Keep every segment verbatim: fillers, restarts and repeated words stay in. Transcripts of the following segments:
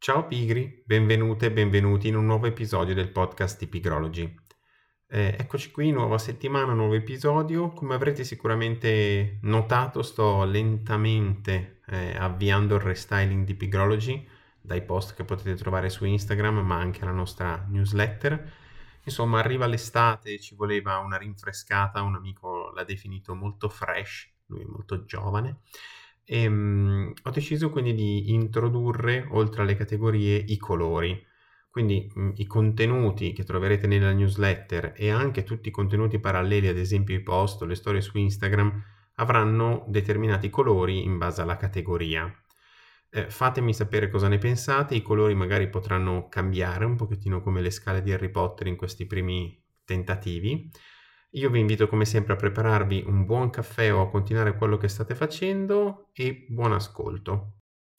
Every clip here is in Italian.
Ciao pigri, benvenute e benvenuti in un nuovo episodio del podcast di Pigrology. Eh, eccoci qui, nuova settimana, nuovo episodio. Come avrete sicuramente notato, sto lentamente eh, avviando il restyling di Pigrology, dai post che potete trovare su Instagram, ma anche alla nostra newsletter. Insomma, arriva l'estate, ci voleva una rinfrescata, un amico l'ha definito molto fresh, lui è molto giovane. E, um, ho deciso quindi di introdurre, oltre alle categorie, i colori. Quindi mh, i contenuti che troverete nella newsletter e anche tutti i contenuti paralleli, ad esempio i post o le storie su Instagram, avranno determinati colori in base alla categoria. Eh, fatemi sapere cosa ne pensate, i colori magari potranno cambiare un pochettino come le scale di Harry Potter in questi primi tentativi. Io vi invito come sempre a prepararvi un buon caffè o a continuare quello che state facendo e buon ascolto.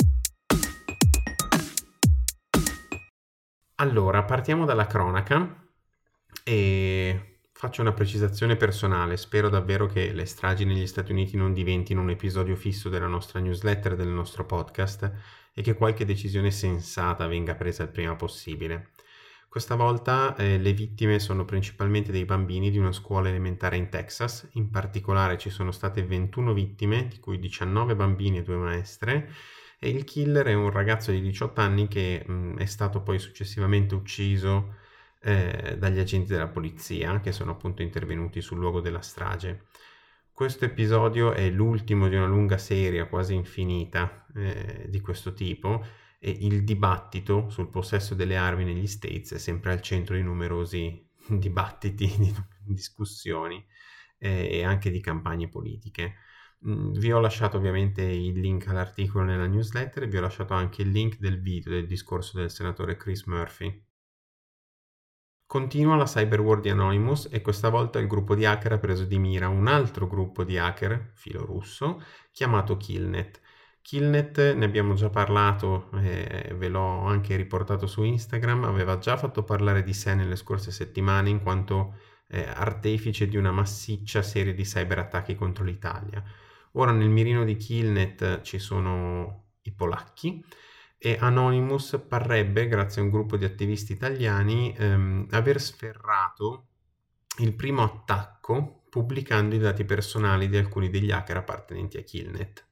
Allora, partiamo dalla cronaca e faccio una precisazione personale. Spero davvero che le stragi negli Stati Uniti non diventino un episodio fisso della nostra newsletter, del nostro podcast e che qualche decisione sensata venga presa il prima possibile. Questa volta eh, le vittime sono principalmente dei bambini di una scuola elementare in Texas. In particolare ci sono state ventuno vittime, di cui diciannove bambini e due maestre, e il killer è un ragazzo di diciotto anni che mh, è stato poi successivamente ucciso eh, dagli agenti della polizia che sono appunto intervenuti sul luogo della strage. Questo episodio è l'ultimo di una lunga serie quasi infinita eh, di questo tipo e il dibattito sul possesso delle armi negli States è sempre al centro di numerosi dibattiti, di discussioni eh, e anche di campagne politiche. Vi ho lasciato ovviamente il link all'articolo nella newsletter e vi ho lasciato anche il link del video del discorso del senatore Chris Murphy. Continua la cyberwar di Anonymous e questa volta il gruppo di hacker ha preso di mira un altro gruppo di hacker filorusso chiamato Killnet. Killnet, ne abbiamo già parlato, eh, ve l'ho anche riportato su Instagram, aveva già fatto parlare di sé nelle scorse settimane in quanto eh, artefice di una massiccia serie di cyberattacchi contro l'Italia. Ora nel mirino di Killnet ci sono i polacchi e Anonymous parrebbe, grazie a un gruppo di attivisti italiani, ehm, aver sferrato il primo attacco pubblicando i dati personali di alcuni degli hacker appartenenti a Killnet.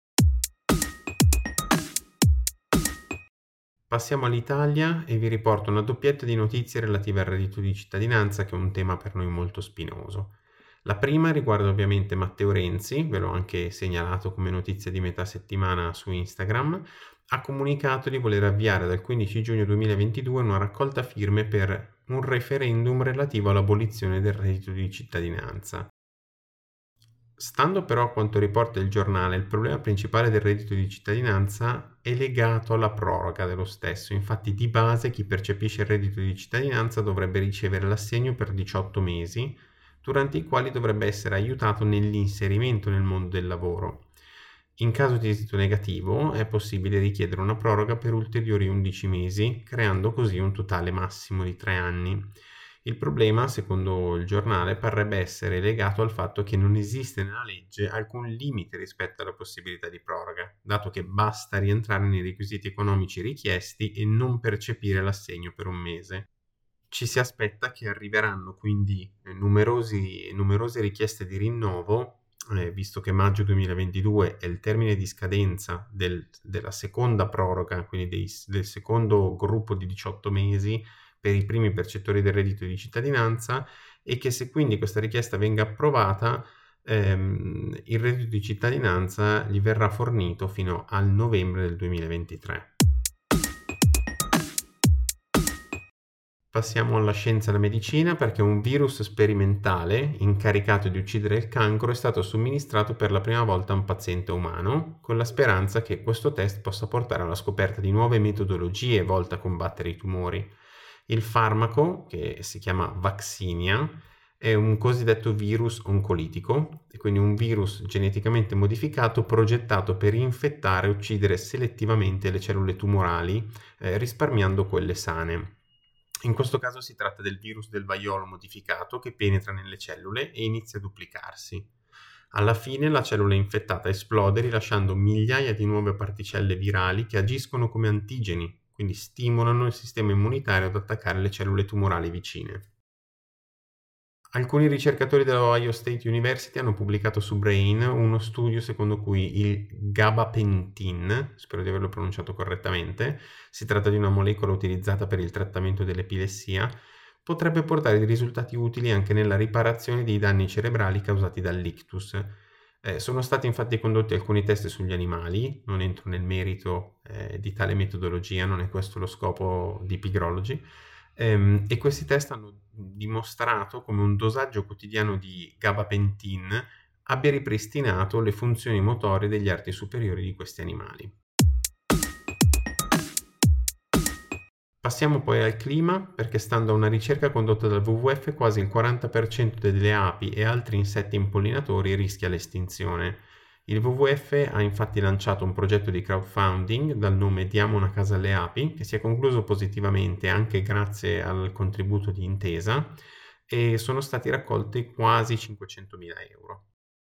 Passiamo all'Italia e vi riporto una doppietta di notizie relative al reddito di cittadinanza, che è un tema per noi molto spinoso. La prima riguarda ovviamente Matteo Renzi, ve l'ho anche segnalato come notizia di metà settimana su Instagram, ha comunicato di voler avviare dal quindici giugno duemilaventidue una raccolta firme per un referendum relativo all'abolizione del reddito di cittadinanza. Stando però a quanto riporta il giornale, il problema principale del reddito di cittadinanza è legato alla proroga dello stesso. Infatti, di base, chi percepisce il reddito di cittadinanza dovrebbe ricevere l'assegno per diciotto mesi, durante i quali dovrebbe essere aiutato nell'inserimento nel mondo del lavoro. In caso di esito negativo, è possibile richiedere una proroga per ulteriori undici mesi, creando così un totale massimo di tre anni. Il problema, secondo il giornale, parrebbe essere legato al fatto che non esiste nella legge alcun limite rispetto alla possibilità di proroga, dato che basta rientrare nei requisiti economici richiesti e non percepire l'assegno per un mese. Ci si aspetta che arriveranno quindi numerosi, numerose richieste di rinnovo, eh, visto che maggio duemilaventidue è il termine di scadenza del, della seconda proroga, quindi dei, del secondo gruppo di diciotto mesi, per i primi percettori del reddito di cittadinanza, e che se quindi questa richiesta venga approvata ehm, il reddito di cittadinanza gli verrà fornito fino al novembre del duemilaventitré. Passiamo alla scienza e alla medicina, perché un virus sperimentale incaricato di uccidere il cancro è stato somministrato per la prima volta a un paziente umano, con la speranza che questo test possa portare alla scoperta di nuove metodologie volte a combattere i tumori. Il farmaco, che si chiama Vaccinia, è un cosiddetto virus oncolitico, e quindi un virus geneticamente modificato progettato per infettare e uccidere selettivamente le cellule tumorali, eh, risparmiando quelle sane. In questo caso si tratta del virus del vaiolo modificato che penetra nelle cellule e inizia a duplicarsi. Alla fine la cellula infettata esplode rilasciando migliaia di nuove particelle virali che agiscono come antigeni quindi stimolano il sistema immunitario ad attaccare le cellule tumorali vicine. Alcuni ricercatori dell'Ohio State University hanno pubblicato su Brain uno studio secondo cui il gabapentin, spero di averlo pronunciato correttamente, si tratta di una molecola utilizzata per il trattamento dell'epilessia, potrebbe portare dei risultati utili anche nella riparazione dei danni cerebrali causati dall'ictus. Eh, sono stati infatti condotti alcuni test sugli animali, non entro nel merito eh, di tale metodologia, non è questo lo scopo di Pigrology, ehm, e questi test hanno dimostrato come un dosaggio quotidiano di gabapentin abbia ripristinato le funzioni motorie degli arti superiori di questi animali. Passiamo poi al clima, perché stando a una ricerca condotta dal W W F quasi il quaranta per cento delle api e altri insetti impollinatori rischia l'estinzione. Il W W F ha infatti lanciato un progetto di crowdfunding dal nome Diamo una casa alle api, che si è concluso positivamente anche grazie al contributo di Intesa, e sono stati raccolti quasi cinquecentomila euro.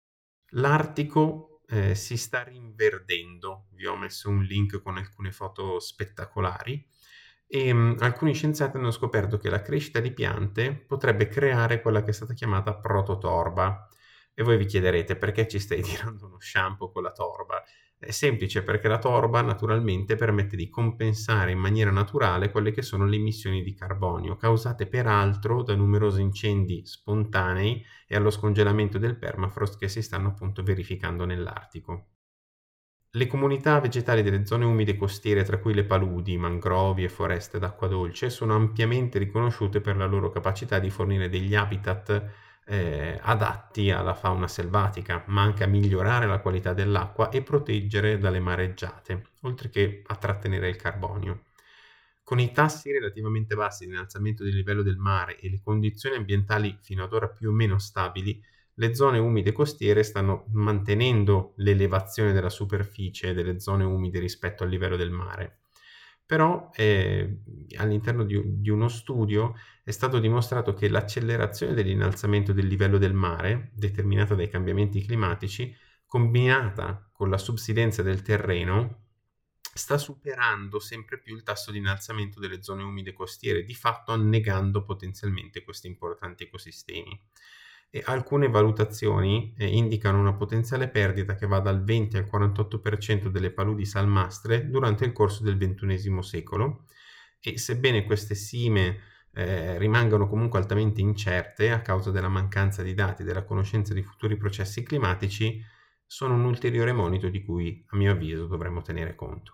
L'Artico eh, si sta rinverdendo, vi ho messo un link con alcune foto spettacolari, e mh, alcuni scienziati hanno scoperto che la crescita di piante potrebbe creare quella che è stata chiamata prototorba. E voi vi chiederete perché ci stai tirando uno shampoo con la torba? È semplice, perché la torba naturalmente permette di compensare in maniera naturale quelle che sono le emissioni di carbonio, causate peraltro da numerosi incendi spontanei e allo scongelamento del permafrost che si stanno appunto verificando nell'Artico. Le comunità vegetali delle zone umide costiere, tra cui le paludi, mangrovi e foreste d'acqua dolce, sono ampiamente riconosciute per la loro capacità di fornire degli habitat eh, adatti alla fauna selvatica, ma anche a migliorare la qualità dell'acqua e proteggere dalle mareggiate, oltre che a trattenere il carbonio. Con i tassi relativamente bassi di innalzamento del livello del mare e le condizioni ambientali fino ad ora più o meno stabili, le zone umide costiere stanno mantenendo l'elevazione della superficie delle zone umide rispetto al livello del mare. Però eh, all'interno di, di uno studio è stato dimostrato che l'accelerazione dell'innalzamento del livello del mare, determinata dai cambiamenti climatici, combinata con la subsidenza del terreno, sta superando sempre più il tasso di innalzamento delle zone umide costiere, di fatto annegando potenzialmente questi importanti ecosistemi. E alcune valutazioni eh, indicano una potenziale perdita che va dal venti al quarantotto per cento delle paludi salmastre durante il corso del ventunesimo secolo, e sebbene queste stime eh, rimangano comunque altamente incerte a causa della mancanza di dati e della conoscenza di futuri processi climatici, sono un ulteriore monito di cui, a mio avviso, dovremmo tenere conto.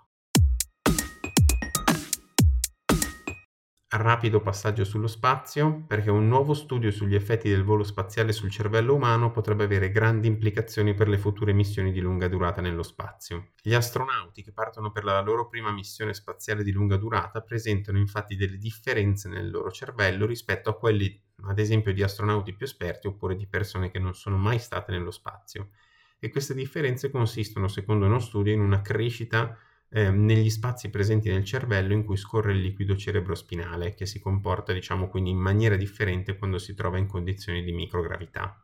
Rapido passaggio sullo spazio, perché un nuovo studio sugli effetti del volo spaziale sul cervello umano potrebbe avere grandi implicazioni per le future missioni di lunga durata nello spazio. Gli astronauti che partono per la loro prima missione spaziale di lunga durata presentano infatti delle differenze nel loro cervello rispetto a quelli, ad esempio, di astronauti più esperti oppure di persone che non sono mai state nello spazio. E queste differenze consistono, secondo uno studio, in una crescita Eh, negli spazi presenti nel cervello in cui scorre il liquido cerebrospinale, che si comporta, diciamo, quindi in maniera differente quando si trova in condizioni di microgravità.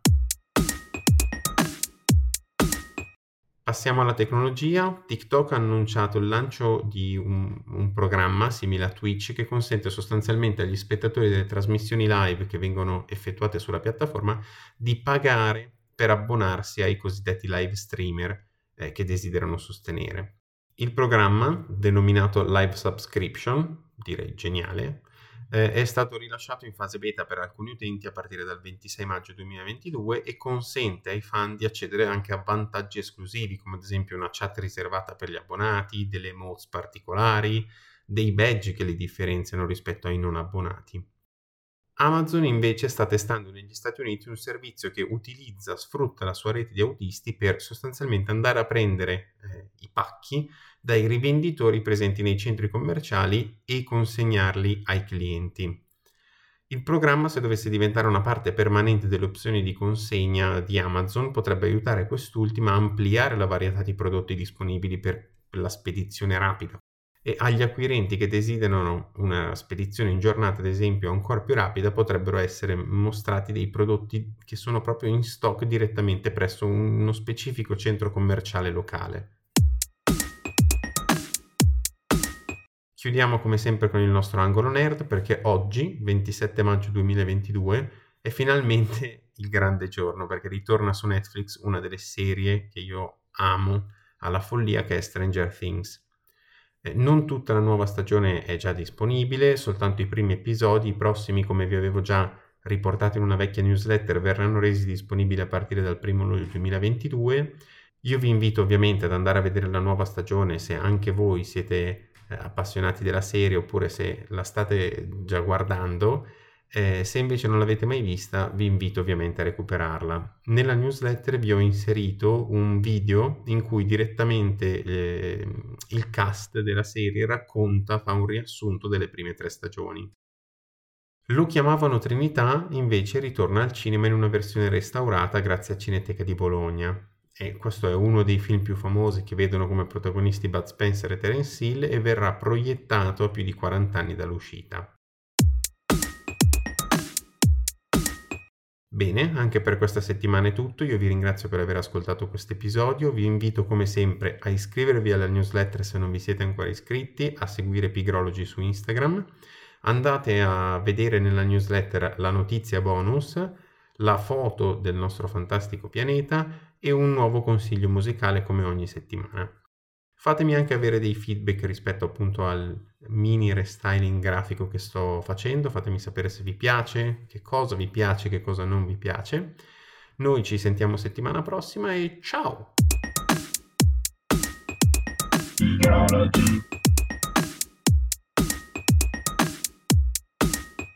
Passiamo alla tecnologia. TikTok ha annunciato il lancio di un, un programma simile a Twitch che consente sostanzialmente agli spettatori delle trasmissioni live che vengono effettuate sulla piattaforma di pagare per abbonarsi ai cosiddetti live streamer eh, che desiderano sostenere. Il programma, denominato Live Subscription, direi geniale, eh, è stato rilasciato in fase beta per alcuni utenti a partire dal ventisei maggio duemilaventidue e consente ai fan di accedere anche a vantaggi esclusivi, come ad esempio una chat riservata per gli abbonati, delle emotes particolari, dei badge che li differenziano rispetto ai non abbonati. Amazon invece sta testando negli Stati Uniti un servizio che utilizza, sfrutta la sua rete di autisti per sostanzialmente andare a prendere eh, i pacchi dai rivenditori presenti nei centri commerciali e consegnarli ai clienti. Il programma, se dovesse diventare una parte permanente delle opzioni di consegna di Amazon, potrebbe aiutare quest'ultima a ampliare la varietà di prodotti disponibili per la spedizione rapida. E agli acquirenti che desiderano una spedizione in giornata, ad esempio, ancora più rapida, potrebbero essere mostrati dei prodotti che sono proprio in stock direttamente presso uno specifico centro commerciale locale. Chiudiamo come sempre con il nostro angolo nerd, perché oggi, ventisette maggio duemilaventidue, è finalmente il grande giorno, perché ritorna su Netflix una delle serie che io amo alla follia, che è Stranger Things. Eh, non tutta la nuova stagione è già disponibile, soltanto i primi episodi. I prossimi, come vi avevo già riportato in una vecchia newsletter, verranno resi disponibili a partire dal primo luglio duemilaventidue. Io vi invito ovviamente ad andare a vedere la nuova stagione se anche voi siete eh, appassionati della serie, oppure se la state già guardando. Eh, se invece non l'avete mai vista, vi invito ovviamente a recuperarla. Nella newsletter vi ho inserito un video in cui direttamente eh, il cast della serie racconta, fa un riassunto delle prime tre stagioni. Lo chiamavano Trinità, invece ritorna al cinema in una versione restaurata grazie a Cineteca di Bologna. E questo è uno dei film più famosi che vedono come protagonisti Bud Spencer e Terence Hill, e verrà proiettato a più di quaranta anni dall'uscita. Bene, anche per questa settimana è tutto. Io vi ringrazio per aver ascoltato questo episodio. Vi invito come sempre a iscrivervi alla newsletter se non vi siete ancora iscritti, a seguire Pigrology su Instagram. Andate a vedere nella newsletter la notizia bonus, la foto del nostro fantastico pianeta e un nuovo consiglio musicale come ogni settimana. Fatemi anche avere dei feedback rispetto appunto al mini restyling grafico che sto facendo. Fatemi sapere se vi piace, che cosa vi piace, che cosa non vi piace. Noi ci sentiamo settimana prossima e ciao!